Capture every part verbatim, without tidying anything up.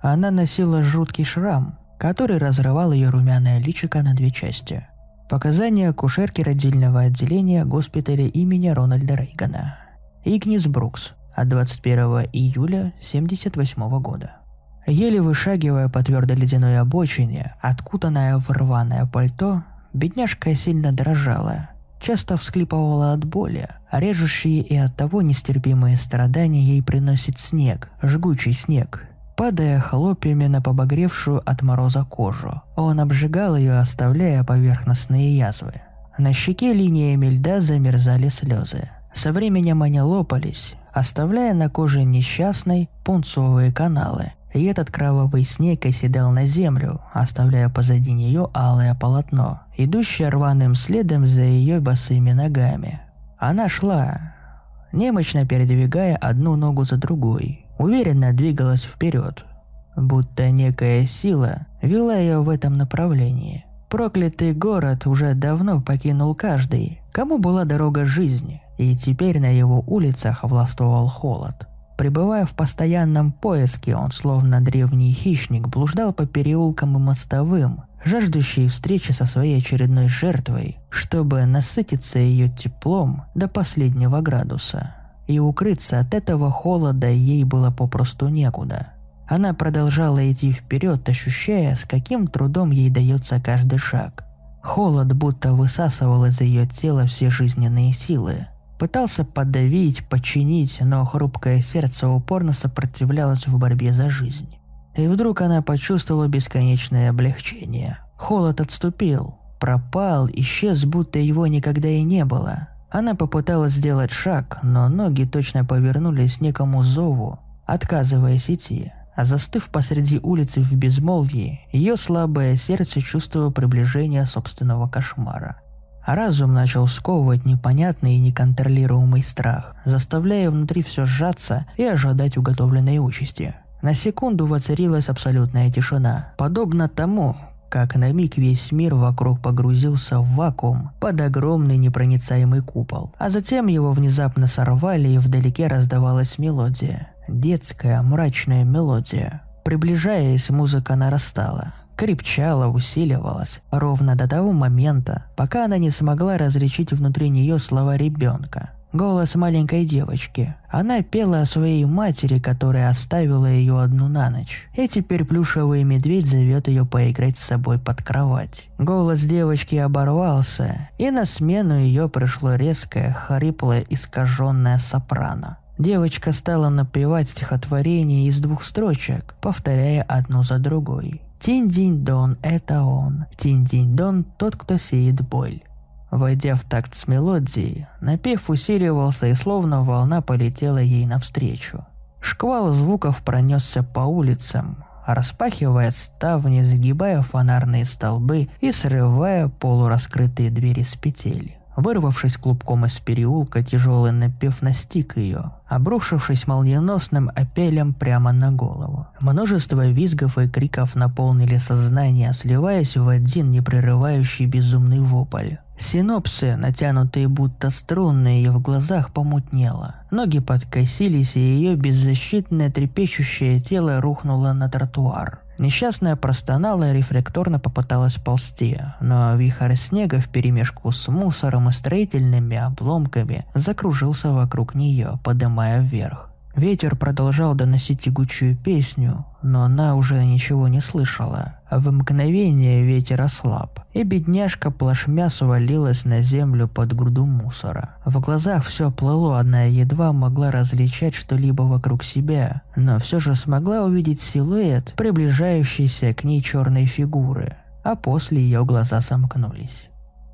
Она носила жуткий шрам, который разрывал ее румяное личико на две части. Показания акушерки родильного отделения госпиталя имени Рональда Рейгана. Игнис Брукс от двадцать первого июля семьдесят восьмого года. Еле вышагивая по твердой ледяной обочине, откутанная в рваное пальто, бедняжка сильно дрожала, часто всхлипывала от боли, а режущие и оттого нестерпимые страдания ей приносит снег, жгучий снег. Падая хлопьями на побагревшую от мороза кожу, он обжигал ее, оставляя поверхностные язвы. На щеке линиями льда замерзали слезы. Со временем они лопались, оставляя на коже несчастной пунцовые каналы, и этот кровавый снег оседал на землю, оставляя позади нее алое полотно, идущее рваным следом за ее босыми ногами. Она шла, немощно передвигая одну ногу за другой, уверенно двигалась вперед, будто некая сила вела ее в этом направлении. Проклятый город уже давно покинул каждый, кому была дорога жизни, и теперь на его улицах властвовал холод. Пребывая в постоянном поиске, он словно древний хищник блуждал по переулкам и мостовым, жаждущий встречи со своей очередной жертвой, чтобы насытиться ее теплом до последнего градуса. И укрыться от этого холода ей было попросту некуда. Она продолжала идти вперед, ощущая, с каким трудом ей дается каждый шаг. Холод будто высасывал из ее тела все жизненные силы. Пытался подавить, подчинить, но хрупкое сердце упорно сопротивлялось в борьбе за жизнь. И вдруг она почувствовала бесконечное облегчение. Холод отступил, пропал, исчез, будто его никогда и не было. Она попыталась сделать шаг, но ноги точно повернулись некому зову, отказываясь идти. А застыв посреди улицы в безмолвии, ее слабое сердце чувствовало приближение собственного кошмара. А разум начал сковывать непонятный и неконтролируемый страх, заставляя внутри все сжаться и ожидать уготовленной участи. На секунду воцарилась абсолютная тишина, подобно тому, как на миг весь мир вокруг погрузился в вакуум под огромный непроницаемый купол, а затем его внезапно сорвали, и вдалеке раздавалась мелодия. Детская мрачная мелодия. Приближаясь, музыка нарастала, крепчала, усиливалась, ровно до того момента, пока она не смогла различить внутри нее слова ребенка. Голос маленькой девочки. Она пела о своей матери, которая оставила ее одну на ночь. И теперь плюшевый медведь зовет ее поиграть с собой под кровать. Голос девочки оборвался, и на смену ее пришло резкое, хриплое, искаженное сопрано. Девочка стала напевать стихотворение из двух строчек, повторяя одну за другой. «Тинь-динь-дон, это он. Тинь-динь-дон, тот, кто сеет боль». Войдя в такт с мелодией, напев усиливался, и словно волна полетела ей навстречу. Шквал звуков пронесся по улицам, распахивая ставни, загибая фонарные столбы и срывая полураскрытые двери с петель. Вырвавшись клубком из переулка, тяжелый напев настиг ее, обрушившись молниеносным апелем прямо на голову. Множество визгов и криков наполнили сознание, сливаясь в один непрерывающий безумный вопль. Синопсы, натянутые будто струны, и в глазах помутнело. Ноги подкосились, и ее беззащитное трепещущее тело рухнуло на тротуар. Несчастная простонала и рефлекторно попыталась ползти, но вихрь снега вперемешку с мусором и строительными обломками закружился вокруг нее, подымая вверх. Ветер продолжал доносить тягучую песню, но она уже ничего не слышала. В мгновение ветер ослаб, и бедняжка плашмя свалилась на землю под груду мусора. В глазах все плыло, она едва могла различать что-либо вокруг себя, но все же смогла увидеть силуэт приближающейся к ней черной фигуры, а после ее глаза сомкнулись.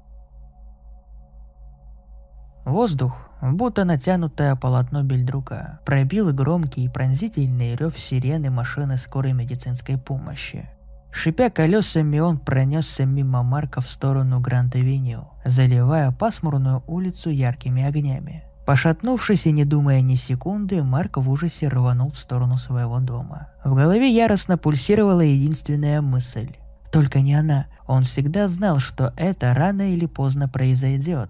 Воздух, будто натянутое полотно бельдрука, пробил громкий и пронзительный рев сирены машины скорой медицинской помощи. Шипя колесами, он пронесся мимо Марка в сторону Гранд-авеню, заливая пасмурную улицу яркими огнями. Пошатнувшись и не думая ни секунды, Марк в ужасе рванул в сторону своего дома. В голове яростно пульсировала единственная мысль. Только не она. Он всегда знал, что это рано или поздно произойдет.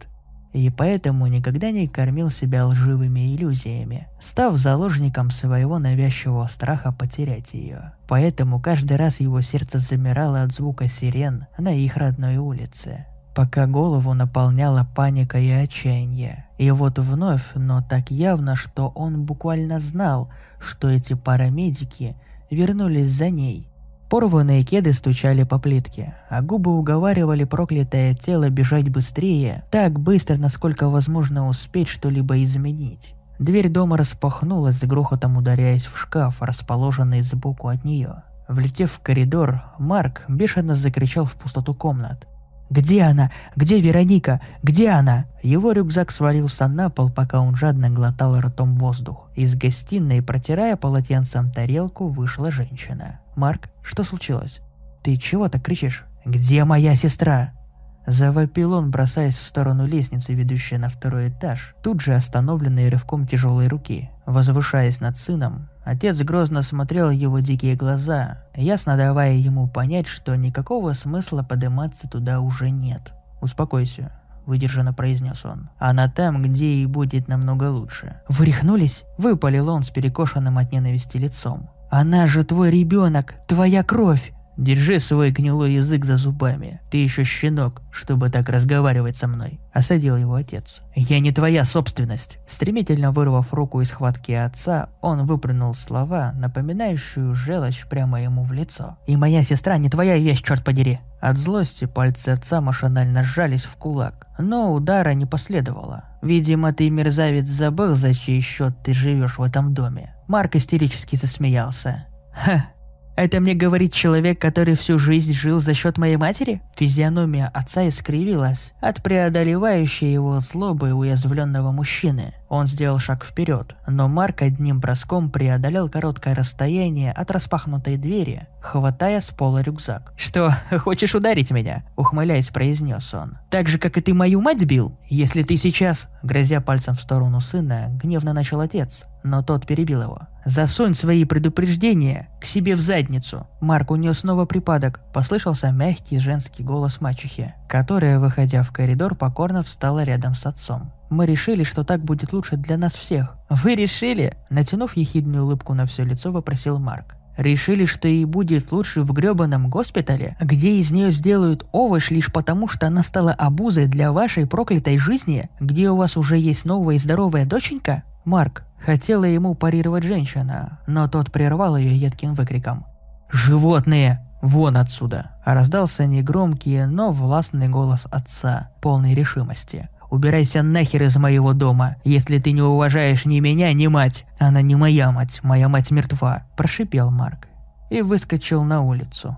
и поэтому никогда не кормил себя лживыми иллюзиями, став заложником своего навязчивого страха потерять ее. Поэтому каждый раз его сердце замирало от звука сирен на их родной улице, пока голову наполняла паника и отчаяние. И вот вновь, но так явно, что он буквально знал, что эти парамедики вернулись за ней. Порванные кеды стучали по плитке, а губы уговаривали проклятое тело бежать быстрее, так быстро, насколько возможно успеть что-либо изменить. Дверь дома распахнулась, с грохотом ударяясь в шкаф, расположенный сбоку от нее. Влетев в коридор, Марк бешено закричал в пустоту комнат. «Где она? Где Вероника? Где она?» Его рюкзак свалился на пол, пока он жадно глотал ртом воздух. Из гостиной, протирая полотенцем тарелку, вышла женщина. «Марк, что случилось? Ты чего так кричишь? Где моя сестра?» Завопил он, бросаясь в сторону лестницы, ведущей на второй этаж, тут же остановленной рывком тяжелой руки. Возвышаясь над сыном, отец грозно смотрел его дикие глаза, ясно давая ему понять, что никакого смысла подниматься туда уже нет. «Успокойся», — выдержанно произнес он. «Она там, где ей будет намного лучше». «Вы рехнулись?» — выпалил он с перекошенным от ненависти лицом. «Она же твой ребенок, твоя кровь!» «Держи свой гнилой язык за зубами. Ты еще щенок, чтобы так разговаривать со мной», — осадил его отец. «Я не твоя собственность». Стремительно вырвав руку из схватки отца, он выплюнул слова, напоминающую желчь прямо ему в лицо. «И моя сестра не твоя вещь, черт подери!» От злости пальцы отца машинально сжались в кулак, но удара не последовало. «Видимо, ты, мерзавец, забыл, за чей счет ты живешь в этом доме». Марк истерически засмеялся. «Ха! Это мне говорит человек, который всю жизнь жил за счет моей матери?» Физиономия отца искривилась от преодолевающей его злобы уязвленного мужчины. Он сделал шаг вперед, но Марк одним броском преодолел короткое расстояние от распахнутой двери, хватая с пола рюкзак. «Что, хочешь ударить меня?» — ухмыляясь, произнес он. «Так же, как и ты мою мать бил? Если ты сейчас...» Грозя пальцем в сторону сына, гневно начал отец, но тот перебил его. «Засунь свои предупреждения к себе в задницу!» Марк, у нее снова припадок, послышался мягкий женский голос мачехи, которая, выходя в коридор, покорно встала рядом с отцом. «Мы решили, что так будет лучше для нас всех». «Вы решили?» Натянув ехидную улыбку на все лицо, вопросил Марк. «Решили, что ей будет лучше в грёбаном госпитале, где из нее сделают овощ лишь потому, что она стала обузой для вашей проклятой жизни, где у вас уже есть новая и здоровая доченька?» Марк хотела ему парировать женщина, но тот прервал ее едким выкриком. «Животные! Вон отсюда!» Раздался негромкий, но властный голос отца, полный решимости. «Убирайся нахер из моего дома, если ты не уважаешь ни меня, ни мать. Она не моя мать, моя мать мертва», – прошипел Марк и выскочил на улицу.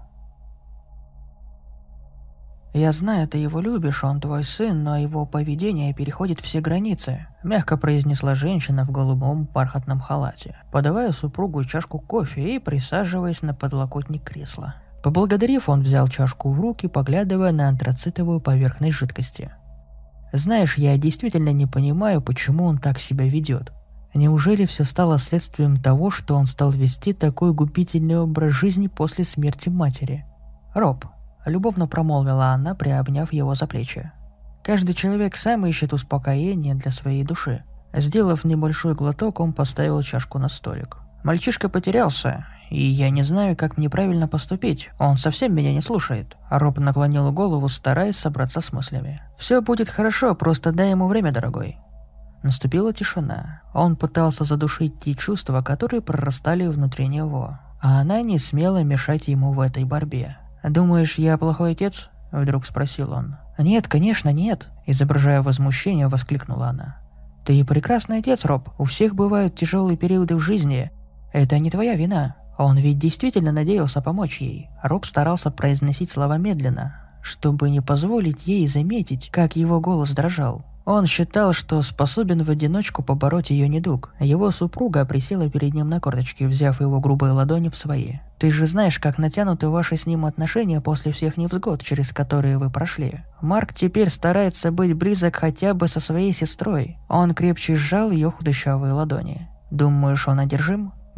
«Я знаю, ты его любишь, он твой сын, но его поведение переходит все границы», – мягко произнесла женщина в голубом бархатном халате, подавая супругу чашку кофе и присаживаясь на подлокотник кресла. Поблагодарив, он взял чашку в руки, поглядывая на антрацитовую поверхность жидкости. «Знаешь, я действительно не понимаю, почему он так себя ведет. Неужели все стало следствием того, что он стал вести такой губительный образ жизни после смерти матери?» «Роб», — любовно промолвила она, приобняв его за плечи. «Каждый человек сам ищет успокоение для своей души». Сделав небольшой глоток, он поставил чашку на столик. «Мальчишка потерялся, и я не знаю, как мне правильно поступить. Он совсем меня не слушает». Роб наклонил голову, стараясь собраться с мыслями. «Все будет хорошо, просто дай ему время, дорогой». Наступила тишина. Он пытался задушить те чувства, которые прорастали внутри него, а она не смела мешать ему в этой борьбе. «Думаешь, я плохой отец?» – вдруг спросил он. «Нет, конечно, нет», – изображая возмущение, воскликнула она. «Ты прекрасный отец, Роб. У всех бывают тяжелые периоды в жизни. Это не твоя вина. Он ведь действительно надеялся помочь ей». Роб старался произносить слова медленно, чтобы не позволить ей заметить, как его голос дрожал. Он считал, что способен в одиночку побороть ее недуг. Его супруга присела перед ним на корточки, взяв его грубые ладони в свои. «Ты же знаешь, как натянуты ваши с ним отношения после всех невзгод, через которые вы прошли. Марк теперь старается быть близок хотя бы со своей сестрой». Он крепче сжал ее худощавые ладони. «Думаешь, он одержим?»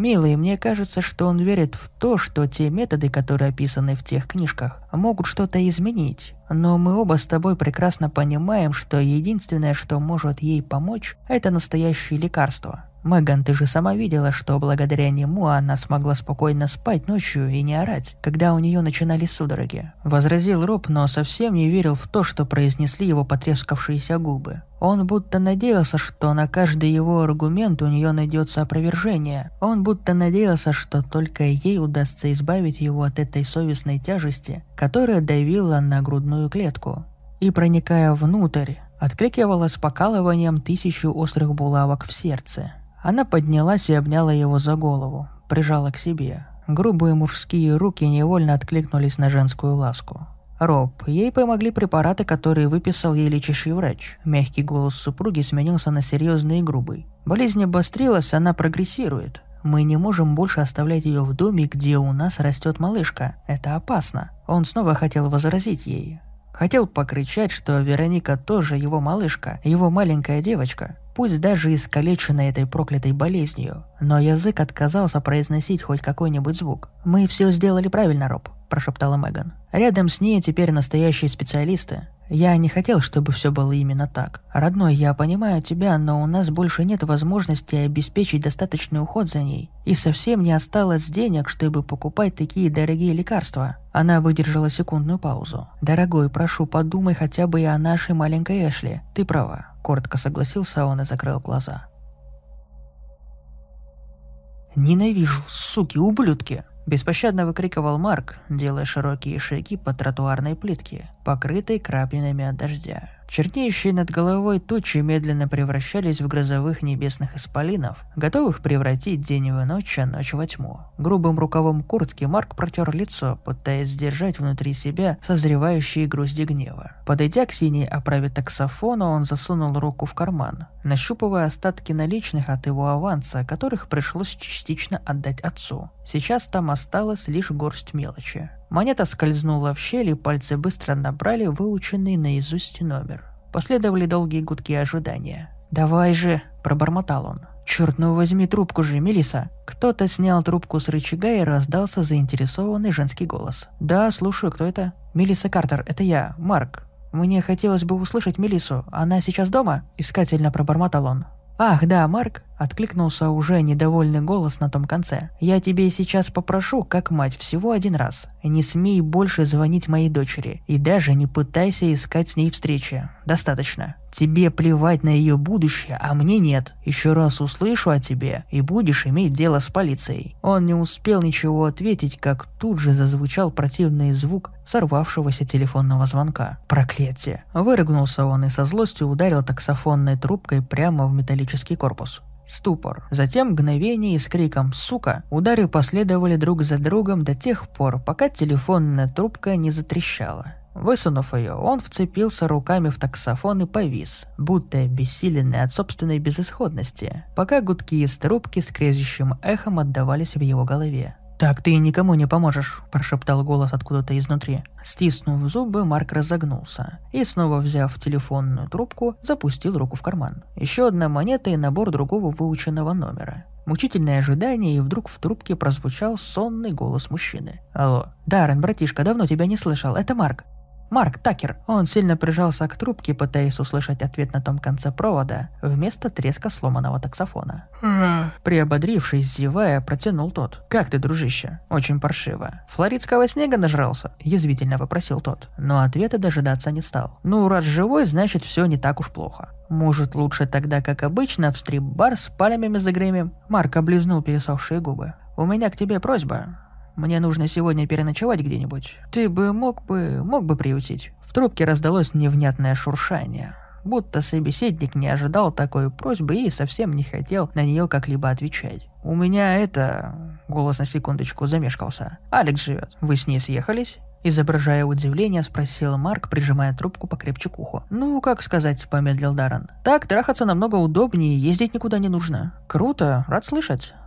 «Милый, мне кажется, что он верит в то, что те методы, которые описаны в тех книжках, могут что-то изменить. Но мы оба с тобой прекрасно понимаем, что единственное, что может ей помочь, это настоящее лекарство. Меган, ты же сама видела, что благодаря нему она смогла спокойно спать ночью и не орать, когда у нее начинались судороги», — возразил Роб, но совсем не верил в то, что произнесли его потрескавшиеся губы. Он будто надеялся, что на каждый его аргумент у нее найдется опровержение. Он будто надеялся, что только ей удастся избавить его от этой совестной тяжести, которая давила на грудную клетку. И, проникая внутрь, откликивалась покалыванием тысячу острых булавок в сердце. Она поднялась и обняла его за голову, прижала к себе. Грубые мужские руки невольно откликнулись на женскую ласку. «Роб, ей помогли препараты, которые выписал ей лечащий врач». Мягкий голос супруги сменился на серьезный и грубый. «Болезнь обострилась, она прогрессирует. Мы не можем больше оставлять ее в доме, где у нас растет малышка. Это опасно». Он снова хотел возразить ей. Хотел покричать, что Вероника тоже его малышка, его маленькая девочка, пусть даже искалеченная этой проклятой болезнью. Но язык отказался произносить хоть какой-нибудь звук. «Мы все сделали правильно, Роб», – прошептала Меган. «Рядом с ней теперь настоящие специалисты. Я не хотел, чтобы все было именно так. Родной, я понимаю тебя, но у нас больше нет возможности обеспечить достаточный уход за ней. И совсем не осталось денег, чтобы покупать такие дорогие лекарства». Она выдержала секундную паузу. «Дорогой, прошу, подумай хотя бы и о нашей маленькой Эшли. Ты права», – коротко согласился он и закрыл глаза. «Ненавижу, суки, ублюдки!» – беспощадно выкрикивал Марк, делая широкие шаги по тротуарной плитке, покрытой крапинами от дождя. Чернеющие над головой тучи медленно превращались в грозовых небесных исполинов, готовых превратить день в ночь, а ночь во тьму. Грубым рукавом куртки Марк протер лицо, пытаясь сдержать внутри себя созревающие грузди гнева. Подойдя к синей оправе таксофона, он засунул руку в карман, нащупывая остатки наличных от его аванса, которых пришлось частично отдать отцу. Сейчас там осталась лишь горсть мелочи. Монета скользнула в щель, и пальцы быстро набрали выученный наизусть номер. Последовали долгие гудки ожидания. «Давай же!» – пробормотал он. «Черт, ну возьми трубку же, Мелисса!» Кто-то снял трубку с рычага, и раздался заинтересованный женский голос. «Да, слушаю, кто это?» «Мелисса Картер, это я, Марк. Мне хотелось бы услышать Мелиссу. Она сейчас дома?» – искательно пробормотал он. «Ах, да, Марк!» – откликнулся уже недовольный голос на том конце. «Я тебе сейчас попрошу, как мать, всего один раз. Не смей больше звонить моей дочери, и даже не пытайся искать с ней встречи. Достаточно. Тебе плевать на ее будущее, а мне нет. Еще раз услышу о тебе, и будешь иметь дело с полицией». Он не успел ничего ответить, как тут же зазвучал противный звук сорвавшегося телефонного звонка. «Проклятие!» – вырыгнулся он и со злостью ударил таксофонной трубкой прямо в металлический корпус. Ступор. Затем мгновение и с криком «Сука!» удары последовали друг за другом до тех пор, пока телефонная трубка не затрещала. Высунув ее, он вцепился руками в таксофон и повис, будто обессиленный от собственной безысходности, пока гудки из трубки с крезящим эхом отдавались в его голове. «Так ты никому не поможешь», – прошептал голос откуда-то изнутри. Стиснув зубы, Марк разогнулся и, снова взяв телефонную трубку, запустил руку в карман. Еще одна монета и набор другого выученного номера. Мучительное ожидание, и вдруг в трубке прозвучал сонный голос мужчины. «Алло. Даррен, братишка, давно тебя не слышал. Это Марк. Марк Такер». Он сильно прижался к трубке, пытаясь услышать ответ на том конце провода, вместо треска сломанного таксофона. Приободрившись, зевая, протянул тот. «Как ты, дружище?» «Очень паршиво». «Флоридского снега нажрался?» – язвительно попросил тот. Но ответа дожидаться не стал. «Ну, раз живой, значит, все не так уж плохо. Может, лучше тогда, как обычно, в стрип-бар с пальмами загремим?» Марк облизнул пересохшие губы. «У меня к тебе просьба. Мне нужно сегодня переночевать где-нибудь. Ты бы мог бы... мог бы приютить». В трубке раздалось невнятное шуршание, будто собеседник не ожидал такой просьбы и совсем не хотел на нее как-либо отвечать. «У меня это...» Голос на секундочку замешкался. «Алекс живет. Вы с ней съехались?» Изображая удивление, спросил Марк, прижимая трубку покрепче к уху. «Ну, как сказать», — помедлил Даррен. «Так, трахаться намного удобнее, ездить никуда не нужно». «Круто, рад слышать».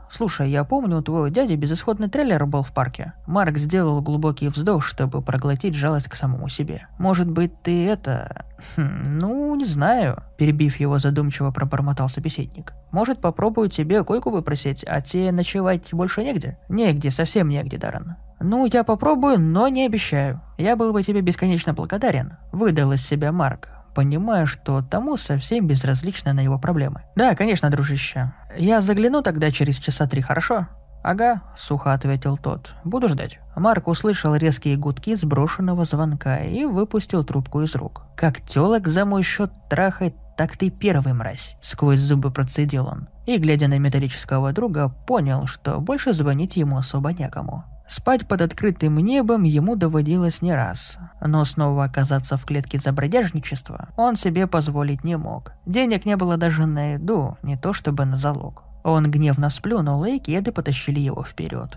Слушай, я помню, у твоего дяди безысходный трейлер был в парке. Марк сделал глубокий вздох, чтобы проглотить жалость к самому себе. Может быть, ты это... Хм, ну, не знаю. Перебив его, задумчиво пробормотал собеседник. Может, попробую тебе койку выпросить, а тебе ночевать больше негде? Негде, совсем негде, Даррен. Ну, я попробую, но не обещаю. Я был бы тебе бесконечно благодарен. Выдал из себя Марк, понимая, что тому совсем безразлично на его проблемы. «Да, конечно, дружище. Я загляну тогда через часа три, хорошо?» «Ага», — сухо ответил тот. «Буду ждать». Марк услышал резкие гудки сброшенного звонка и выпустил трубку из рук. «Как тёлок за мой счет трахает, так ты первый, мразь», — сквозь зубы процедил он. И, глядя на металлического друга, понял, что больше звонить ему особо некому. Спать под открытым небом ему доводилось не раз, но снова оказаться в клетке за бродяжничество он себе позволить не мог. Денег не было даже на еду, не то чтобы на залог. Он гневно сплюнул, и кеды потащили его вперед.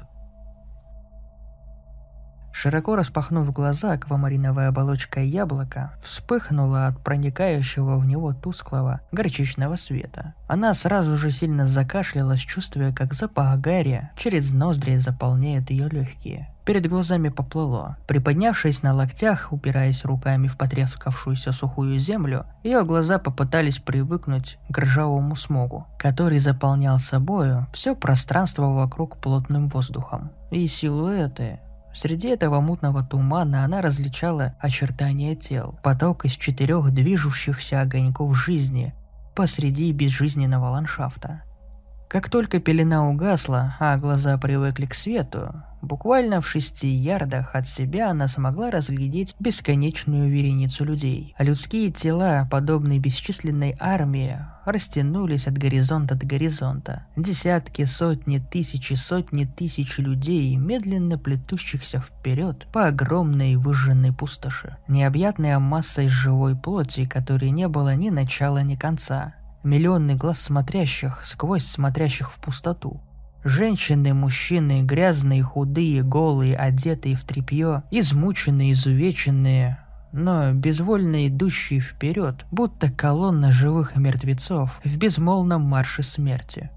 Широко распахнув глаза, аквамариновая оболочка яблока вспыхнула от проникающего в него тусклого горчичного света. Она сразу же сильно закашлялась, чувствуя, как запах гари через ноздри заполняет ее легкие. Перед глазами поплыло. Приподнявшись на локтях, упираясь руками в потрескавшуюся сухую землю, ее глаза попытались привыкнуть к ржавому смогу, который заполнял собою все пространство вокруг плотным воздухом. И силуэты... Среди этого мутного тумана она различала очертания тел, поток из четырех движущихся огоньков жизни посреди безжизненного ландшафта. Как только пелена угасла, а глаза привыкли к свету, буквально в шести ярдах от себя она смогла разглядеть бесконечную вереницу людей. Людские тела, подобные бесчисленной армии, растянулись от горизонта до горизонта. Десятки, сотни, тысячи, сотни тысяч людей, медленно плетущихся вперед по огромной выжженной пустоши. Необъятная масса из живой плоти, которой не было ни начала, ни конца. Миллионы глаз смотрящих, сквозь смотрящих в пустоту. Женщины, мужчины, грязные, худые, голые, одетые в тряпье, измученные, изувеченные, но безвольно идущие вперед, будто колонна живых мертвецов в безмолвном марше смерти.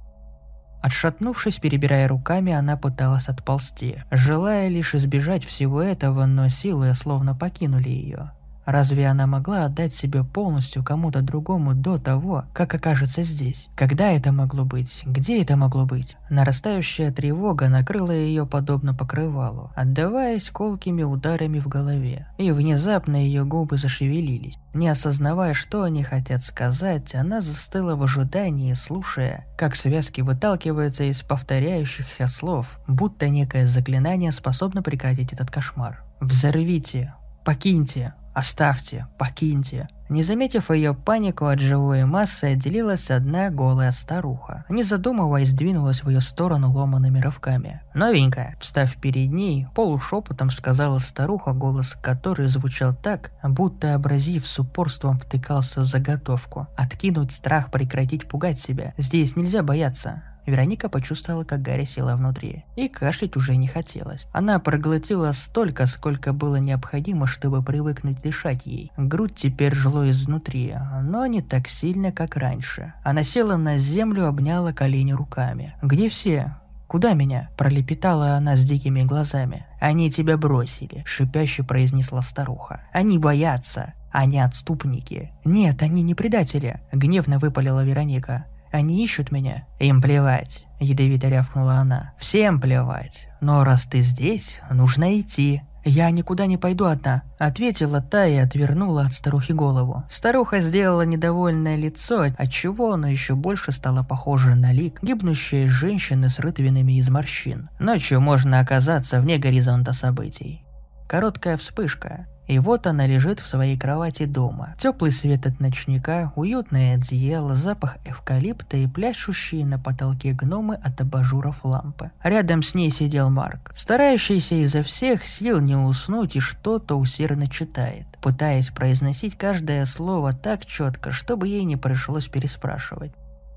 Отшатнувшись, перебирая руками, она пыталась отползти, желая лишь избежать всего этого, но силы словно покинули ее. Разве она могла отдать себя полностью кому-то другому до того, как окажется здесь? Когда это могло быть? Где это могло быть? Нарастающая тревога накрыла ее подобно покрывалу, отдаваясь колкими ударами в голове. И внезапно ее губы зашевелились. Не осознавая, что они хотят сказать, она застыла в ожидании, слушая, как связки выталкиваются из повторяющихся слов, будто некое заклинание способно прекратить этот кошмар. «Взорвите! Покиньте! Оставьте, покиньте». Не заметив ее панику, от живой массы отделилась одна голая старуха. Не задумываясь, двинулась в ее сторону ломаными рывками. «Новенькая», встав перед ней, полушепотом сказала старуха, голос которой звучал так, будто абразив с упорством втыкался в заготовку. «Откинуть страх, прекратить пугать себя. Здесь нельзя бояться». Вероника почувствовала, как Гарри села внутри, и кашлять уже не хотелось. Она проглотила столько, сколько было необходимо, чтобы привыкнуть дышать ей. Грудь теперь жгло изнутри, но не так сильно, как раньше. Она села на землю, обняла колени руками. «Где все? Куда меня?» – пролепетала она с дикими глазами. «Они тебя бросили», – шипяще произнесла старуха. «Они боятся. Они отступники». «Нет, они не предатели», – гневно выпалила Вероника. «Они ищут меня». «Им плевать», — ядовито рявкнула она. «Всем плевать. Но раз ты здесь, нужно идти». «Я никуда не пойду одна», — ответила та и отвернула от старухи голову. Старуха сделала недовольное лицо, отчего оно еще больше стало похоже на лик гибнущей женщины с рытвинами из морщин. Ночью можно оказаться вне горизонта событий. Короткая вспышка. И вот она лежит в своей кровати дома. Теплый свет от ночника, уютное одеяло, запах эвкалипта и пляшущие на потолке гномы от абажуров лампы. Рядом с ней сидел Марк, старающийся изо всех сил не уснуть и что-то усердно читает, пытаясь произносить каждое слово так четко, чтобы ей не пришлось переспрашивать.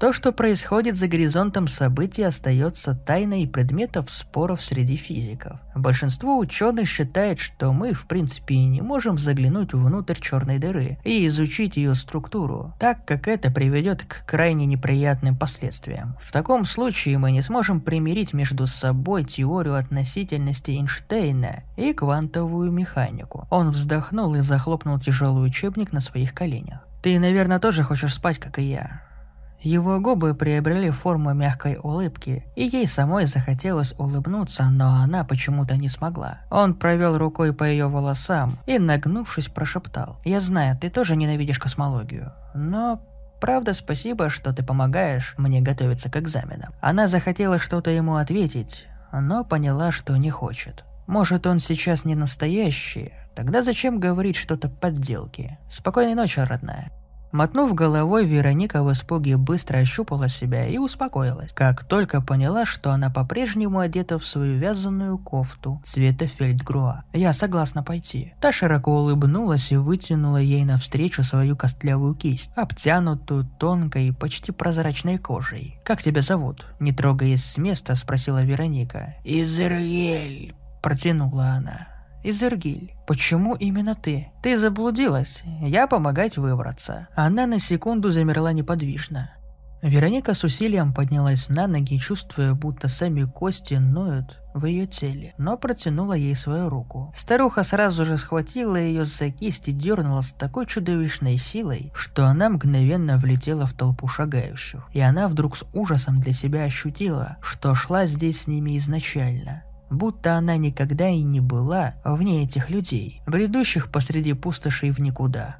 То, что происходит за горизонтом событий, остается тайной предметов споров среди физиков. Большинство ученых считает, что мы, в принципе, не можем заглянуть внутрь черной дыры и изучить ее структуру, так как это приведет к крайне неприятным последствиям. В таком случае мы не сможем примирить между собой теорию относительности Эйнштейна и квантовую механику. Он вздохнул и захлопнул тяжелый учебник на своих коленях. «Ты, наверное, тоже хочешь спать, как и я». Его губы приобрели форму мягкой улыбки, и ей самой захотелось улыбнуться, но она почему-то не смогла. Он провел рукой по ее волосам и, нагнувшись, прошептал: «Я знаю, ты тоже ненавидишь космологию, но правда спасибо, что ты помогаешь мне готовиться к экзаменам». Она захотела что-то ему ответить, но поняла, что не хочет. Может, он сейчас не настоящий? Тогда зачем говорить что-то подделки? Спокойной ночи, родная. Мотнув головой, Вероника в испуге быстро ощупала себя и успокоилась, как только поняла, что она по-прежнему одета в свою вязаную кофту цвета фельдгруа. «Я согласна пойти». Та широко улыбнулась и вытянула ей навстречу свою костлявую кисть, обтянутую тонкой, почти прозрачной кожей. «Как тебя зовут?» – не трогаясь с места, спросила Вероника. «Изергиль», – протянула она. «Изергиль, почему именно ты? Ты заблудилась, я помогать выбраться». Она на секунду замерла неподвижно. Вероника с усилием поднялась на ноги, чувствуя, будто сами кости ноют в ее теле, но протянула ей свою руку. Старуха сразу же схватила ее за кисть и дернула с такой чудовищной силой, что она мгновенно влетела в толпу шагающих. И она вдруг с ужасом для себя ощутила, что шла здесь с ними изначально. Будто она никогда и не была вне этих людей, бредущих посреди пустоши в никуда.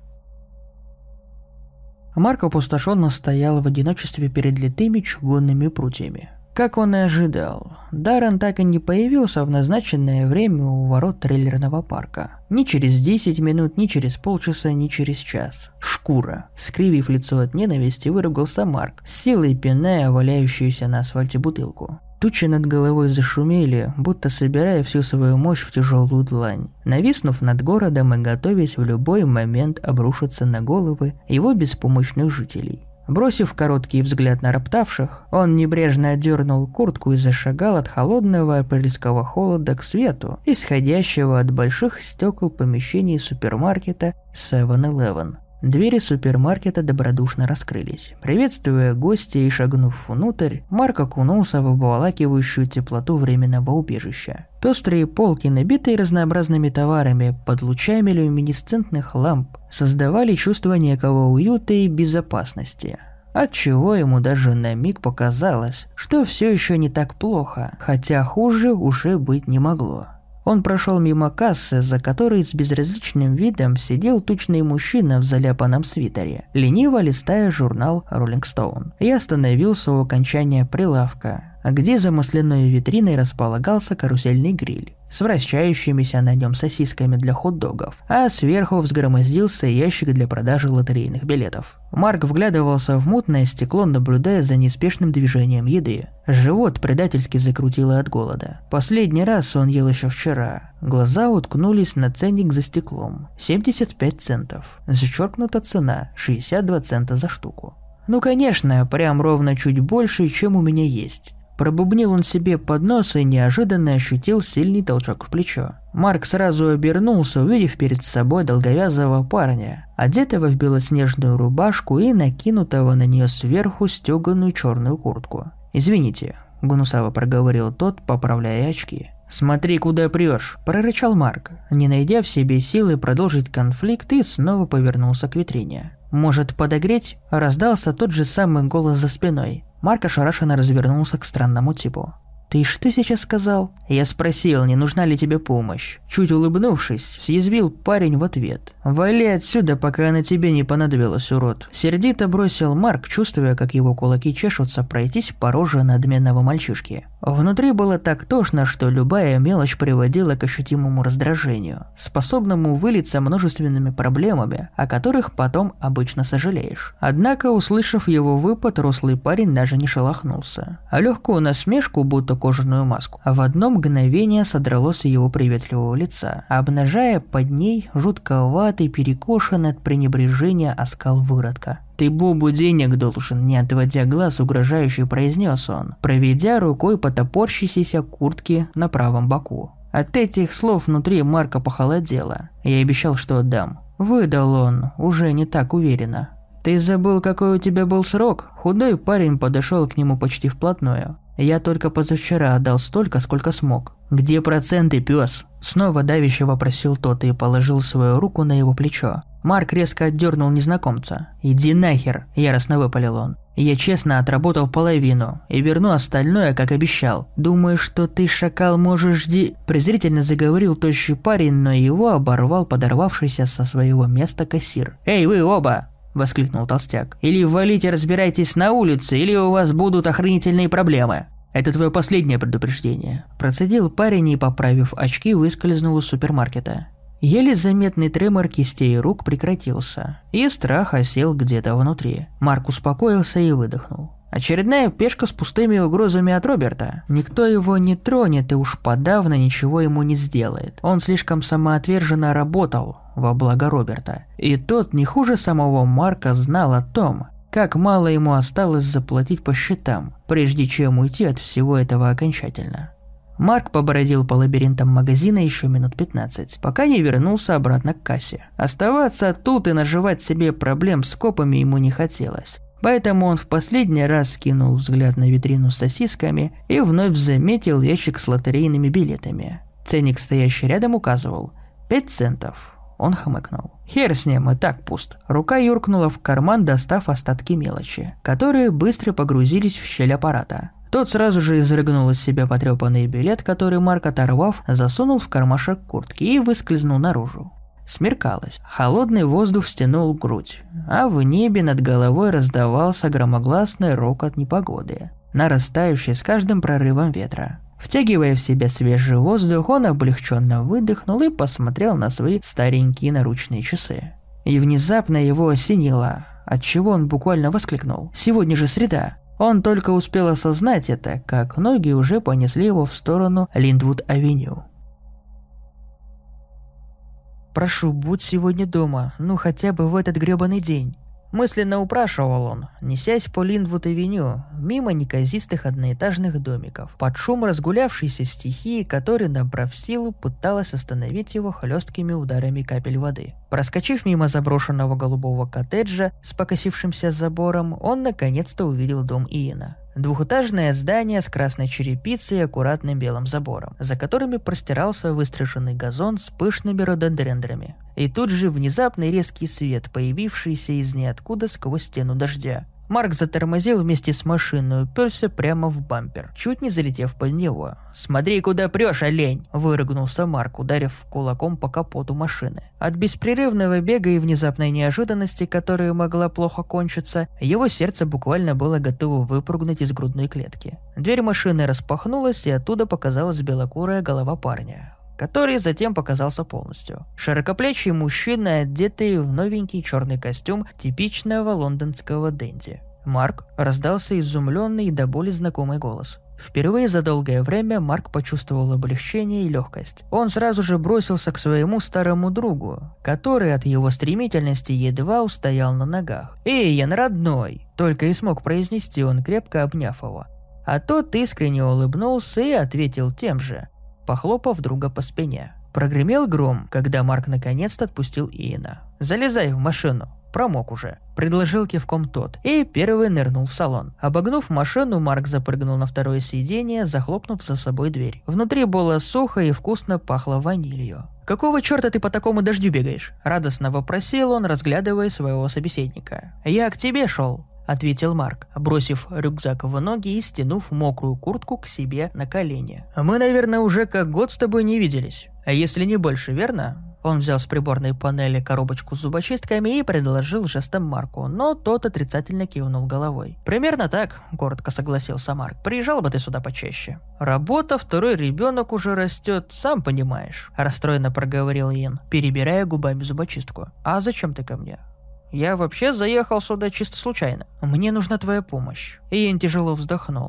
Марк опустошенно стоял в одиночестве перед литыми чугунными прутьями. Как он и ожидал, Даррен так и не появился в назначенное время у ворот трейлерного парка. Ни через десять минут, ни через полчаса, ни через час. Шкура. Скривив лицо от ненависти, выругался Марк, с силой пиная валяющуюся на асфальте бутылку. Тучи над головой зашумели, будто собирая всю свою мощь в тяжелую длань, нависнув над городом и готовясь в любой момент обрушиться на головы его беспомощных жителей. Бросив короткий взгляд на роптавших, он небрежно отдернул куртку и зашагал от холодного апрельского холода к свету, исходящего от больших стекол помещений супермаркета севен элевен. Двери супермаркета добродушно раскрылись. Приветствуя гостя и шагнув внутрь, Марк окунулся в обволакивающую теплоту временного убежища. Пестрые полки, набитые разнообразными товарами под лучами люминесцентных ламп, создавали чувство некого уюта и безопасности. Отчего ему даже на миг показалось, что все еще не так плохо, хотя хуже уже быть не могло. Он прошел мимо кассы, за которой с безразличным видом сидел тучный мужчина в заляпанном свитере, лениво листая журнал Rolling Stone, и остановился у окончания прилавка, где за масляной витриной располагался карусельный гриль с вращающимися на нем сосисками для хот-догов, а сверху взгромоздился ящик для продажи лотерейных билетов. Марк вглядывался в мутное стекло, наблюдая за неспешным движением еды. Живот предательски закрутило от голода. Последний раз он ел еще вчера. Глаза уткнулись на ценник за стеклом. семьдесят пять центов. Зачеркнута цена – шестьдесят два цента за штуку. Ну конечно, прям ровно чуть больше, чем у меня есть. Пробубнил он себе под нос и неожиданно ощутил сильный толчок в плечо. Марк сразу обернулся, увидев перед собой долговязого парня, одетого в белоснежную рубашку и накинутого на нее сверху стеганую черную куртку. «Извините», — гнусаво проговорил тот, поправляя очки. «Смотри, куда прешь», – прорычал Марк, не найдя в себе силы продолжить конфликт, и снова повернулся к витрине. «Может, подогреть?» – раздался тот же самый голос за спиной. Марк ошарашенно развернулся к странному типу. «Ты что сейчас сказал?» Я спросил, не нужна ли тебе помощь. Чуть улыбнувшись, съязвил парень в ответ. «Вали отсюда, пока она тебе не понадобилась, урод!» Сердито бросил Марк, чувствуя, как его кулаки чешутся пройтись по роже надменного мальчишки. Внутри было так тошно, что любая мелочь приводила к ощутимому раздражению, способному вылиться множественными проблемами, о которых потом обычно сожалеешь. Однако, услышав его выпад, рослый парень даже не шелохнулся, а легкую насмешку, будто кожаную маску, в одном мгновение содралось с его приветливого лица, обнажая под ней жутковатый, перекошенный от пренебрежения оскал выродка. «Ты Бобу денег должен», — не отводя глаз, угрожающе произнес он, проведя рукой по топорщейся куртке на правом боку. От этих слов внутри Марка похолодело. «Я обещал, что отдам». Выдал он, уже не так уверенно. «Ты забыл, какой у тебя был срок?» Худой парень подошел к нему почти вплотную. «Я только позавчера отдал столько, сколько смог». «Где проценты, пёс?» Снова давяще вопросил тот и положил свою руку на его плечо. Марк резко отдернул незнакомца. «Иди нахер!» – яростно выпалил он. «Я честно отработал половину и верну остальное, как обещал. Думаешь, что ты, шакал, можешь ди...» Презрительно заговорил тощий парень, но его оборвал подорвавшийся со своего места кассир. «Эй, вы оба!» – воскликнул толстяк. «Или валите, разбирайтесь на улице, или у вас будут охранительные проблемы. Это твое последнее предупреждение». Процедил парень и, поправив очки, выскользнул из супермаркета. Еле заметный тремор кистей рук прекратился, и страх осел где-то внутри. Марк успокоился и выдохнул. Очередная пешка с пустыми угрозами от Роберта. Никто его не тронет и уж подавно ничего ему не сделает. Он слишком самоотверженно работал во благо Роберта. И тот не хуже самого Марка знал о том, как мало ему осталось заплатить по счетам, прежде чем уйти от всего этого окончательно. Марк побродил по лабиринтам магазина еще минут пятнадцать, пока не вернулся обратно к кассе. Оставаться тут и наживать себе проблем с копами ему не хотелось. Поэтому он в последний раз скинул взгляд на витрину с сосисками и вновь заметил ящик с лотерейными билетами. Ценник, стоящий рядом, указывал пять центов. Он хмыкнул. Хер с ним, и так пуст. Рука юркнула в карман, достав остатки мелочи, которые быстро погрузились в щель аппарата. Тот сразу же изрыгнул из себя потрепанный билет, который Марк, оторвав, засунул в кармашек куртки и выскользнул наружу. Смеркалось. Холодный воздух стянул грудь, а в небе над головой раздавался громогласный рокот непогоды, нарастающий с каждым прорывом ветра. Втягивая в себя свежий воздух, он облегченно выдохнул и посмотрел на свои старенькие наручные часы. И внезапно его осенило, отчего он буквально воскликнул: «Сегодня же среда!» Он только успел осознать это, как ноги уже понесли его в сторону Линдвуд-авеню. «Прошу, будь сегодня дома, ну хотя бы в этот грёбаный день», – мысленно упрашивал он, несясь по Линдвуд-авеню, мимо неказистых одноэтажных домиков, под шум разгулявшейся стихии, которая, набрав силу, пыталась остановить его хлесткими ударами капель воды. Проскочив мимо заброшенного голубого коттеджа с покосившимся забором, он наконец-то увидел дом Иэна. Двухэтажное здание с красной черепицей и аккуратным белым забором, за которыми простирался выстриженный газон с пышными рододендрами. И тут же внезапный резкий свет, появившийся из ниоткуда сквозь стену дождя. Марк затормозил вместе с машиной и уперся прямо в бампер, чуть не залетев под него. «Смотри, куда прешь, олень!» – выругнулся Марк, ударив кулаком по капоту машины. От беспрерывного бега и внезапной неожиданности, которая могла плохо кончиться, его сердце буквально было готово выпрыгнуть из грудной клетки. Дверь машины распахнулась, и оттуда показалась белокурая голова парня, который затем показался полностью. Широкоплечий мужчина, одетый в новенький черный костюм типичного лондонского денди. «Марк», – раздался изумленный и до боли знакомый голос. Впервые за долгое время Марк почувствовал облегчение и легкость. Он сразу же бросился к своему старому другу, который от его стремительности едва устоял на ногах. «Иэн, родной!» – только и смог произнести он, крепко обняв его. А тот искренне улыбнулся и ответил тем же, похлопав друга по спине. Прогремел гром, когда Марк наконец-то отпустил Иэна. «Залезай в машину, промок уже», – предложил кивком тот, и первый нырнул в салон. Обогнув машину, Марк запрыгнул на второе сиденье, захлопнув за собой дверь. Внутри было сухо и вкусно пахло ванилью. «Какого черта ты по такому дождю бегаешь?» – радостно вопросил он, разглядывая своего собеседника. «Я к тебе шел», – ответил Марк, бросив рюкзак в ноги и стянув мокрую куртку к себе на колени. «Мы, наверное, уже как год с тобой не виделись. А если не больше, верно?» Он взял с приборной панели коробочку с зубочистками и предложил жестом Марку, но тот отрицательно кивнул головой. «Примерно так», – коротко согласился Марк. «Приезжал бы ты сюда почаще». «Работа, второй ребенок уже растет, сам понимаешь», – расстроенно проговорил Иэн, перебирая губами зубочистку. «А зачем ты ко мне?» «Я вообще заехал сюда чисто случайно. Мне нужна твоя помощь». Иэн тяжело вздохнул.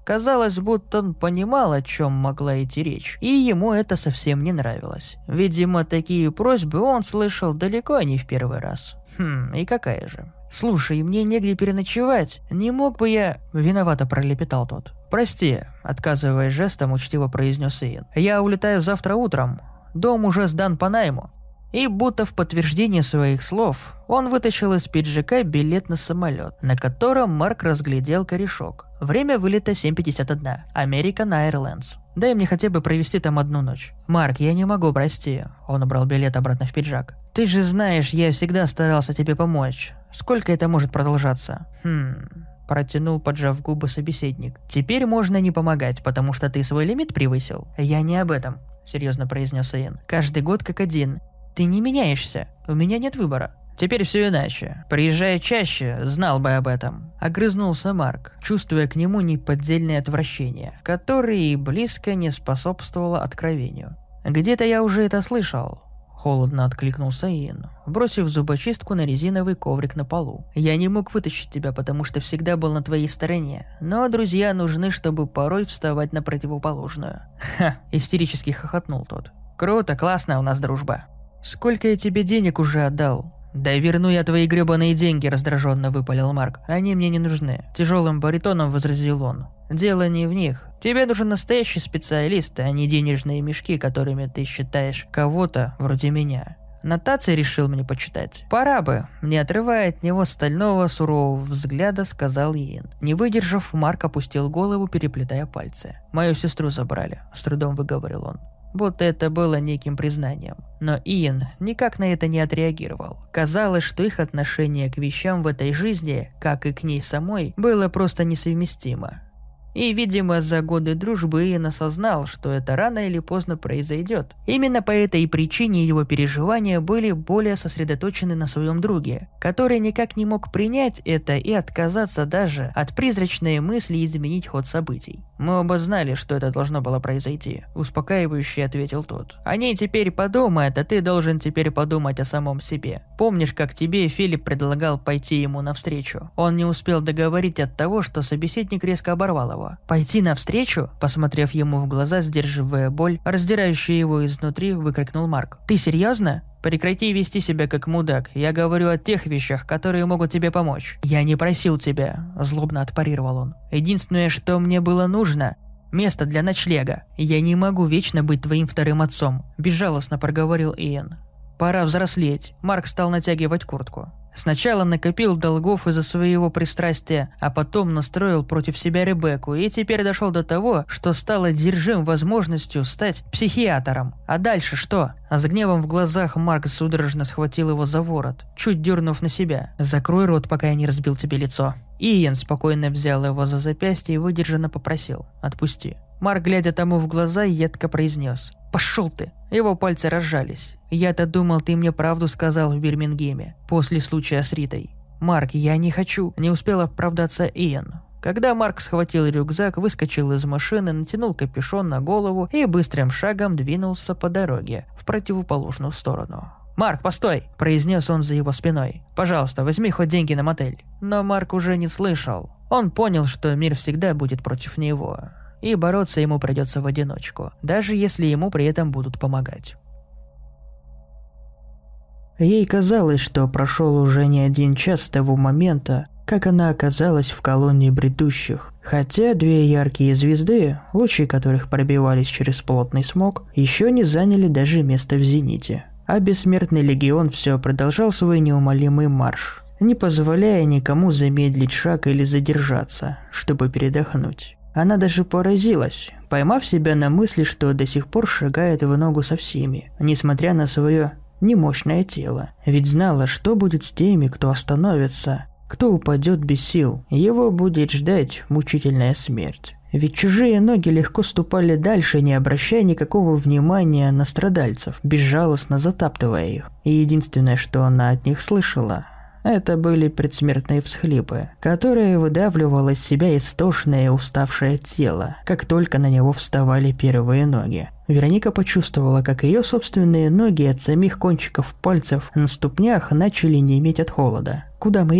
Казалось, будто он понимал, о чем могла идти речь, и ему это совсем не нравилось. Видимо, такие просьбы он слышал далеко не в первый раз. Хм, и какая же? «Слушай, мне негде переночевать. Не мог бы я...» – виновато пролепетал тот. «Прости», – отказывая жестом, учтиво произнес Иэн. «Я улетаю завтра утром. Дом уже сдан по найму». И будто в подтверждение своих слов, он вытащил из пиджака билет на самолет, на котором Марк разглядел корешок. Время вылета семь пятьдесят один. American Airlines. Дай мне хотя бы провести там одну ночь. «Марк, я не могу, прости». Он убрал билет обратно в пиджак. «Ты же знаешь, я всегда старался тебе помочь. Сколько это может продолжаться?» «Хм...» Протянул, поджав губы, собеседник. «Теперь можно не помогать, потому что ты свой лимит превысил». «Я не об этом», — серьезно произнес Иэн. «Каждый год как один. Ты не меняешься. У меня нет выбора». «Теперь все иначе. Приезжая чаще, знал бы об этом». Огрызнулся Марк, чувствуя к нему неподдельное отвращение, которое и близко не способствовало откровению. «Где-то я уже это слышал». Холодно откликнулся Иэн, бросив зубочистку на резиновый коврик на полу. «Я не мог вытащить тебя, потому что всегда был на твоей стороне. Но друзья нужны, чтобы порой вставать на противоположную». «Ха!» – истерически хохотнул тот. «Круто, классная у нас дружба». «Сколько я тебе денег уже отдал?» «Да верну я твои гребаные деньги», – раздраженно выпалил Марк. «Они мне не нужны», – тяжелым баритоном возразил он. «Дело не в них. Тебе нужен настоящий специалист, а не денежные мешки, которыми ты считаешь кого-то вроде меня. Нотации решил мне почитать. Пора бы», – не отрывая от него стального сурового взгляда, сказал Иэн. Не выдержав, Марк опустил голову, переплетая пальцы. «Мою сестру забрали», – с трудом выговорил он. Будто это было неким признанием. Но Иэн никак на это не отреагировал. Казалось, что их отношение к вещам в этой жизни, как и к ней самой, было просто несовместимо. И, видимо, за годы дружбы Иэн осознал, что это рано или поздно произойдет. Именно по этой причине его переживания были более сосредоточены на своем друге, который никак не мог принять это и отказаться даже от призрачной мысли изменить ход событий. «Мы оба знали, что это должно было произойти», – успокаивающе ответил тот. «О ней теперь подумает, а ты должен теперь подумать о самом себе. Помнишь, как тебе Филипп предлагал пойти ему навстречу? Он не успел договорить от того, что собеседник резко оборвал его. «Пойти навстречу?» – посмотрев ему в глаза, сдерживая боль, раздирающая его изнутри, выкрикнул Марк. «Ты серьезно?» «Прекрати вести себя как мудак. Я говорю о тех вещах, которые могут тебе помочь». «Я не просил тебя», – злобно отпарировал он. «Единственное, что мне было нужно – место для ночлега. Я не могу вечно быть твоим вторым отцом», – безжалостно проговорил Иэн. «Пора взрослеть». Марк стал натягивать куртку. Сначала накопил долгов из-за своего пристрастия, а потом настроил против себя Ребекку, и теперь дошел до того, что стал одержим возможностью стать психиатром. А дальше что? А с гневом в глазах Марк судорожно схватил его за ворот, чуть дернув на себя. «Закрой рот, пока я не разбил тебе лицо». Иэн спокойно взял его за запястье и выдержанно попросил: «Отпусти». Марк, глядя тому в глаза, едко произнес: «Пошел ты!» Его пальцы разжались. «Я-то думал, ты мне правду сказал в Бирмингеме, после случая с Ритой». «Марк, я не хочу», – не успел оправдаться Иэн. Когда Марк схватил рюкзак, выскочил из машины, натянул капюшон на голову и быстрым шагом двинулся по дороге в противоположную сторону. «Марк, постой!» – произнес он за его спиной. «Пожалуйста, возьми хоть деньги на мотель». Но Марк уже не слышал. Он понял, что мир всегда будет против него. И бороться ему придется в одиночку, даже если ему при этом будут помогать. Ей казалось, что прошел уже не один час с того момента, как она оказалась в колонии бредущих, хотя две яркие звезды, лучи которых пробивались через плотный смог, еще не заняли даже место в зените. А бессмертный легион все продолжал свой неумолимый марш, не позволяя никому замедлить шаг или задержаться, чтобы передохнуть. Она даже поразилась, поймав себя на мысли, что до сих пор шагает в ногу со всеми, несмотря на свое немощное тело. Ведь знала, что будет с теми, кто остановится, кто упадет без сил. Его будет ждать мучительная смерть. Ведь чужие ноги легко ступали дальше, не обращая никакого внимания на страдальцев, безжалостно затаптывая их. И единственное, что она от них слышала, это были предсмертные всхлипы, которые выдавливало из себя истошное и уставшее тело, как только на него вставали первые ноги. Вероника почувствовала, как ее собственные ноги от самих кончиков пальцев на ступнях начали неметь от холода. «Куда мы идем?»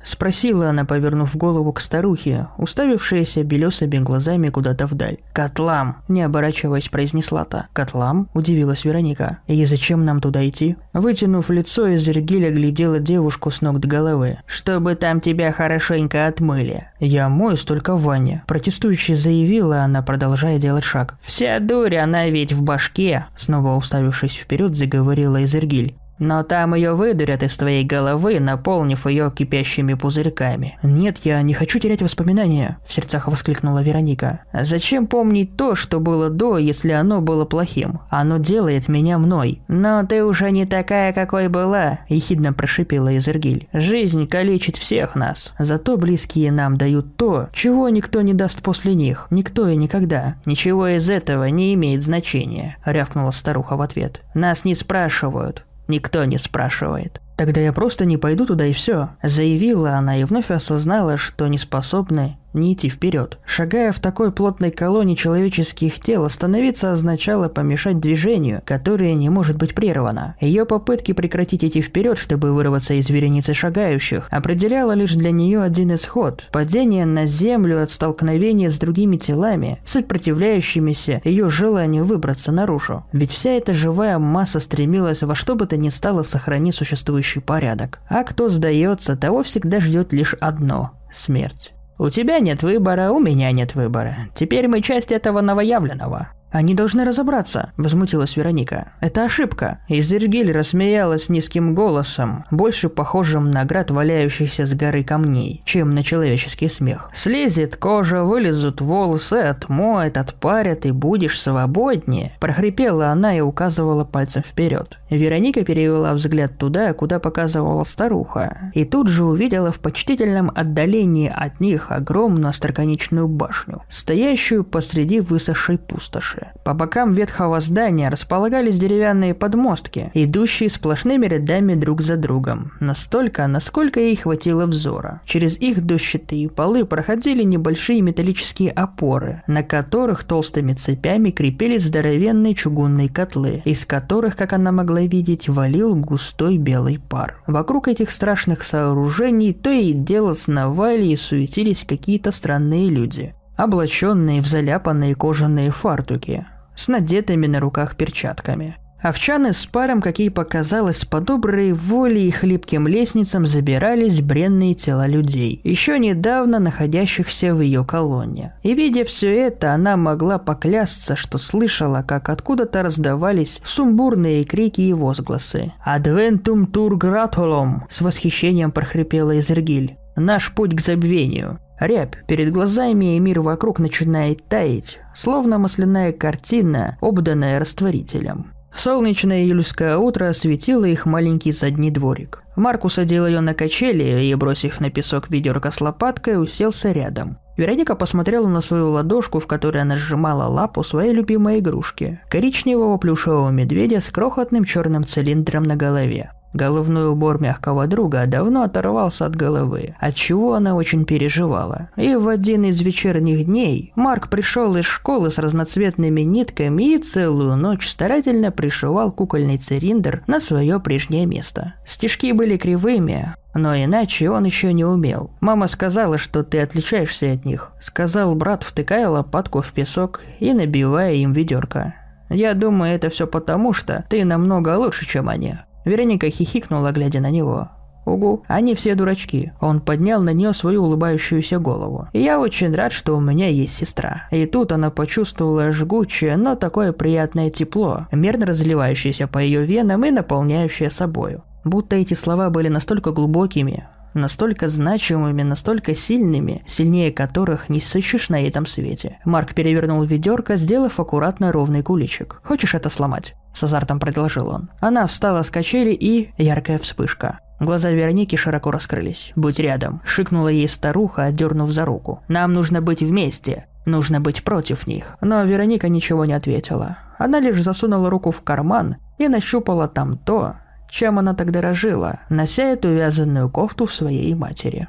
— спросила она, повернув голову к старухе, уставившаяся белесыми глазами куда-то вдаль. «Котлам!» — не оборачиваясь, произнесла та. «Котлам?» — удивилась Вероника. «И зачем нам туда идти?» Вытянув лицо, Изергиль оглядела девушку с ног до головы. «Чтобы там тебя хорошенько отмыли». «Я моюсь только в ванне», — протестующе заявила она, продолжая делать шаг. «Вся дурь, она ведь в башке!» — снова уставившись вперед, заговорила Изергиль. «Но там ее выдурят из твоей головы, наполнив ее кипящими пузырьками». «Нет, я не хочу терять воспоминания», — в сердцах воскликнула Вероника. «Зачем помнить то, что было до, если оно было плохим? Оно делает меня мной». «Но ты уже не такая, какой была», — ехидно прошипела Изергиль. «Жизнь калечит всех нас. Зато близкие нам дают то, чего никто не даст после них. Никто и никогда. Ничего из этого не имеет значения», — рявкнула старуха в ответ. «Нас не спрашивают». «Никто не спрашивает». «Тогда я просто не пойду туда и все», — заявила она и вновь осознала, что не способна не идти вперед. Шагая в такой плотной колонне человеческих тел, остановиться означало помешать движению, которое не может быть прервано. Ее попытки прекратить идти вперед, чтобы вырваться из вереницы шагающих, определяло лишь для нее один исход – падение на землю от столкновения с другими телами, сопротивляющимися ее желанию выбраться наружу. Ведь вся эта живая масса стремилась во что бы то ни стало сохранить существующий порядок. А кто сдается, того всегда ждет лишь одно – смерть. «У тебя нет выбора, у меня нет выбора. Теперь мы часть этого новоявленного». «Они должны разобраться», — возмутилась Вероника. «Это ошибка». Изергиль рассмеялась низким голосом, больше похожим на град валяющихся с горы камней, чем на человеческий смех. «Слезет кожа, вылезут волосы, отмоет, отпарят, и будешь свободнее», — прохрипела она и указывала пальцем вперед. Вероника перевела взгляд туда, куда показывала старуха, и тут же увидела в почтительном отдалении от них огромную остроконечную башню, стоящую посреди высохшей пустоши. По бокам ветхого здания располагались деревянные подмостки, идущие сплошными рядами друг за другом, настолько, насколько ей хватило взора. Через их дощатые полы проходили небольшие металлические опоры, на которых толстыми цепями крепились здоровенные чугунные котлы, из которых, как она могла видеть, валил густой белый пар. Вокруг этих страшных сооружений то и дело сновали и суетились какие-то странные люди, облаченные в заляпанные кожаные фартуки, с надетыми на руках перчатками. Овчаны с паром, как ей показалось, по доброй воле и хлипким лестницам забирались бренные тела людей, еще недавно находящихся в ее колонне. И видя все это, она могла поклясться, что слышала, как откуда-то раздавались сумбурные крики и возгласы. «Адвентум тур гратулум!» — с восхищением прохрипела Изергиль. «Наш путь к забвению». Рябь перед глазами, и мир вокруг начинает таять, словно масляная картина, обданная растворителем. Солнечное июльское утро осветило их маленький задний дворик. Марк усадил ее на качели и, бросив на песок ведерко с лопаткой, уселся рядом. Вероника посмотрела на свою ладошку, в которой она сжимала лапу своей любимой игрушки – коричневого плюшевого медведя с крохотным черным цилиндром на голове. Головной убор мягкого друга давно оторвался от головы, отчего она очень переживала. И в один из вечерних дней Марк пришел из школы с разноцветными нитками и целую ночь старательно пришивал кукольный цилиндр на свое прежнее место. Стежки были кривыми, но иначе он еще не умел. «Мама сказала, что ты отличаешься от них», — сказал брат, втыкая лопатку в песок и набивая им ведерко. «Я думаю, это все потому, что ты намного лучше, чем они». Вероника хихикнула, глядя на него. «Угу, они все дурачки». Он поднял на нее свою улыбающуюся голову. «Я очень рад, что у меня есть сестра». И тут она почувствовала жгучее, но такое приятное тепло, мерно разливающееся по ее венам и наполняющее собою. Будто эти слова были настолько глубокими, настолько значимыми, настолько сильными, сильнее которых не сыщешь на этом свете. Марк перевернул ведерко, сделав аккуратно ровный куличик. «Хочешь это сломать?» — с азартом предложил он. Она встала с качели и... яркая вспышка. Глаза Вероники широко раскрылись. «Будь рядом», — шикнула ей старуха, отдернув за руку. «Нам нужно быть вместе. Нужно быть против них». Но Вероника ничего не ответила. Она лишь засунула руку в карман и нащупала там то, чем она так дорожила, нося эту вязаную кофту в своей матери.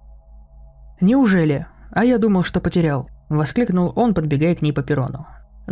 «Неужели? А я думал, что потерял», — воскликнул он, подбегая к ней по перрону. «На,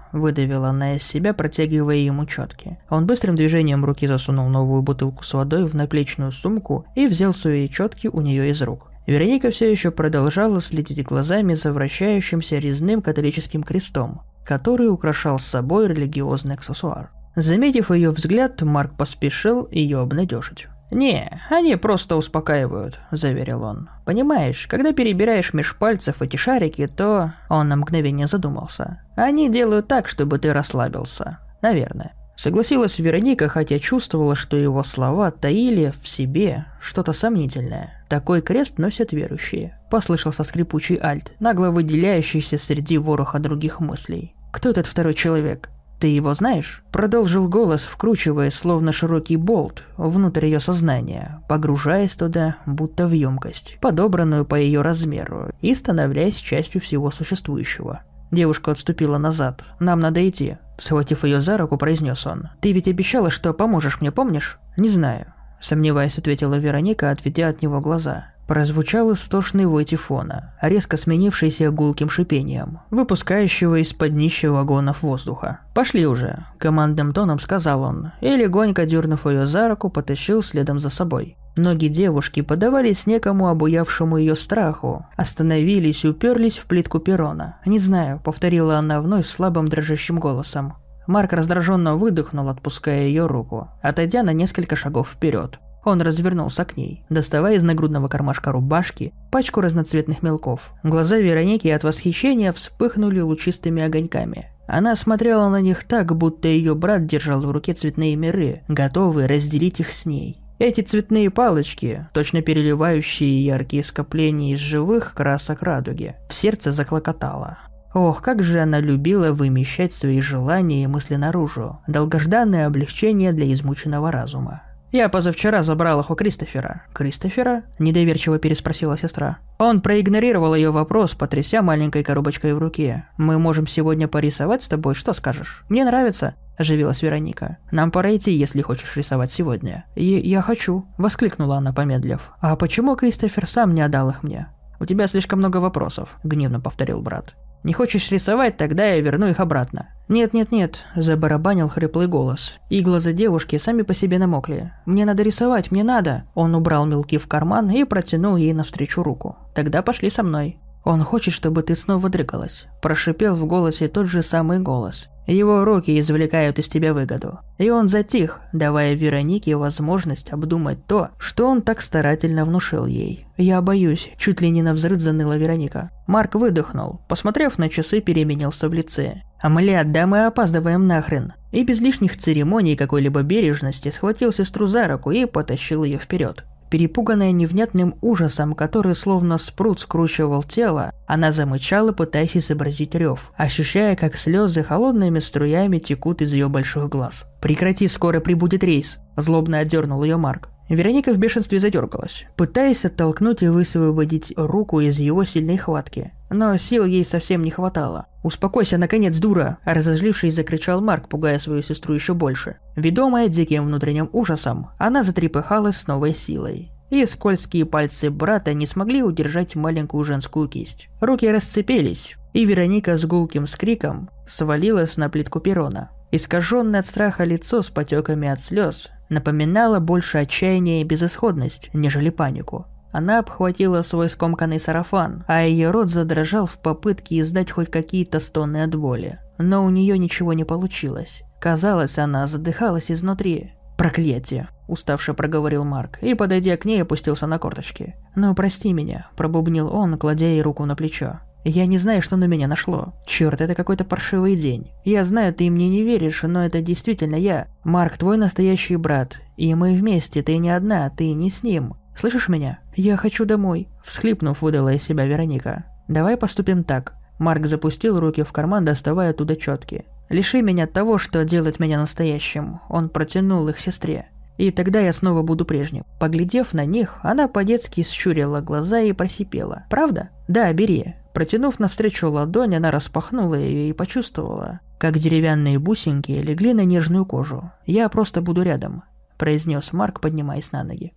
— выдавила она из себя, протягивая ему четки. Он быстрым движением руки засунул новую бутылку с водой в наплечную сумку и взял свои четки у нее из рук. Вероника все еще продолжала следить глазами за вращающимся резным католическим крестом, который украшал собой религиозный аксессуар. Заметив ее взгляд, Марк поспешил ее обнадежить. «Не, они просто успокаивают», — заверил он. «Понимаешь, когда перебираешь меж пальцев эти шарики, то...» Он на мгновение задумался. «Они делают так, чтобы ты расслабился. Наверное». Согласилась Вероника, хотя чувствовала, что его слова таили в себе что-то сомнительное. «Такой крест носят верующие», — послышался скрипучий альт, нагло выделяющийся среди вороха других мыслей. «Кто этот второй человек? Ты его знаешь?» Продолжил голос, вкручивая, словно широкий болт, внутрь ее сознания, погружаясь туда, будто в емкость, подобранную по ее размеру, и становляясь частью всего существующего. Девушка отступила назад. «Нам надо идти», — схватив ее за руку, произнес он. «Ты ведь обещала, что поможешь мне, помнишь?» «Не знаю», — сомневаясь, ответила Вероника, отведя от него глаза. Прозвучал истошный вой тифона, резко сменившийся гулким шипением, выпускающего из-под днища вагонов воздуха. «Пошли уже», — командным тоном сказал он, и, легонько дернув ее за руку, потащил следом за собой. Ноги девушки подавались некому обуявшему ее страху, остановились и уперлись в плитку перрона. «Не знаю», — повторила она вновь слабым дрожащим голосом. Марк раздраженно выдохнул, отпуская ее руку, отойдя на несколько шагов вперед. Он развернулся к ней, доставая из нагрудного кармашка рубашки пачку разноцветных мелков. Глаза Вероники от восхищения вспыхнули лучистыми огоньками. Она смотрела на них так, будто ее брат держал в руке цветные миры, готовый разделить их с ней. Эти цветные палочки, точно переливающие яркие скопления из живых красок радуги, в сердце заклокотало. Ох, как же она любила вымещать свои желания и мысли наружу, долгожданное облегчение для измученного разума. «Я позавчера забрал их у Кристофера». «Кристофера?» – недоверчиво переспросила сестра. Он проигнорировал ее вопрос, потряся маленькой коробочкой в руке. «Мы можем сегодня порисовать с тобой, что скажешь?» «Мне нравится», – оживилась Вероника. «Нам пора идти, если хочешь рисовать сегодня». «И я хочу», – воскликнула она, помедлив. «А почему Кристофер сам не отдал их мне?» «У тебя слишком много вопросов», – гневно повторил брат. «Не хочешь рисовать, тогда я верну их обратно». «Нет-нет-нет», – забарабанил хриплый голос. И глаза девушки сами по себе намокли. «Мне надо рисовать, мне надо». Он убрал мелки в карман и протянул ей навстречу руку. «Тогда пошли со мной». «Он хочет, чтобы ты снова дрыгалась», – прошипел в голосе тот же самый голос. «Его руки извлекают из тебя выгоду». И он затих, давая Веронике возможность обдумать то, что он так старательно внушил ей. «Я боюсь», – чуть ли не навзрыд заныла Вероника. Марк выдохнул, посмотрев на часы, переменился в лице. «Млядь, да мы опаздываем нахрен!» И без лишних церемоний и какой-либо бережности схватил сестру за руку и потащил ее вперед. Перепуганная невнятным ужасом, который словно спрут скручивал тело, она замычала, пытаясь изобразить рев, ощущая, как слезы холодными струями текут из ее больших глаз. «Прекрати, скоро прибудет рейс!» – злобно отдернул ее Марк. Вероника в бешенстве задергалась, пытаясь оттолкнуть и высвободить руку из его сильной хватки. Но сил ей совсем не хватало. «Успокойся, наконец, дура!» – разозлившись, закричал Марк, пугая свою сестру еще больше. Ведомая диким внутренним ужасом, она затрепыхалась с новой силой. И скользкие пальцы брата не смогли удержать маленькую женскую кисть. Руки расцепились, и Вероника с гулким скриком свалилась на плитку перрона. Искаженное от страха лицо с потеками от слез напоминало больше отчаяние и безысходность, нежели панику. Она обхватила свой скомканный сарафан, а ее рот задрожал в попытке издать хоть какие-то стоны от боли. Но у нее ничего не получилось. Казалось, она задыхалась изнутри. «Проклятие!» – уставше проговорил Марк, и, подойдя к ней, опустился на корточки. «Ну, прости меня», – пробубнил он, кладя ей руку на плечо. «Я не знаю, что на меня нашло. Черт, это какой-то паршивый день. Я знаю, ты мне не веришь, но это действительно я. Марк, твой настоящий брат. И мы вместе, ты не одна, ты не с ним. Слышишь меня? Я хочу домой», – всхлипнув, выдала из себя Вероника. «Давай поступим так». Марк запустил руки в карман, доставая оттуда четки. «Лиши меня того, что делает меня настоящим». Он протянул их сестре. «И тогда я снова буду прежним». Поглядев на них, она по-детски щурила глаза и просипела. «Правда? Да, бери». Протянув навстречу ладонь, она распахнула ее и почувствовала, как деревянные бусинки легли на нежную кожу. «Я просто буду рядом», – произнес Марк, поднимаясь на ноги.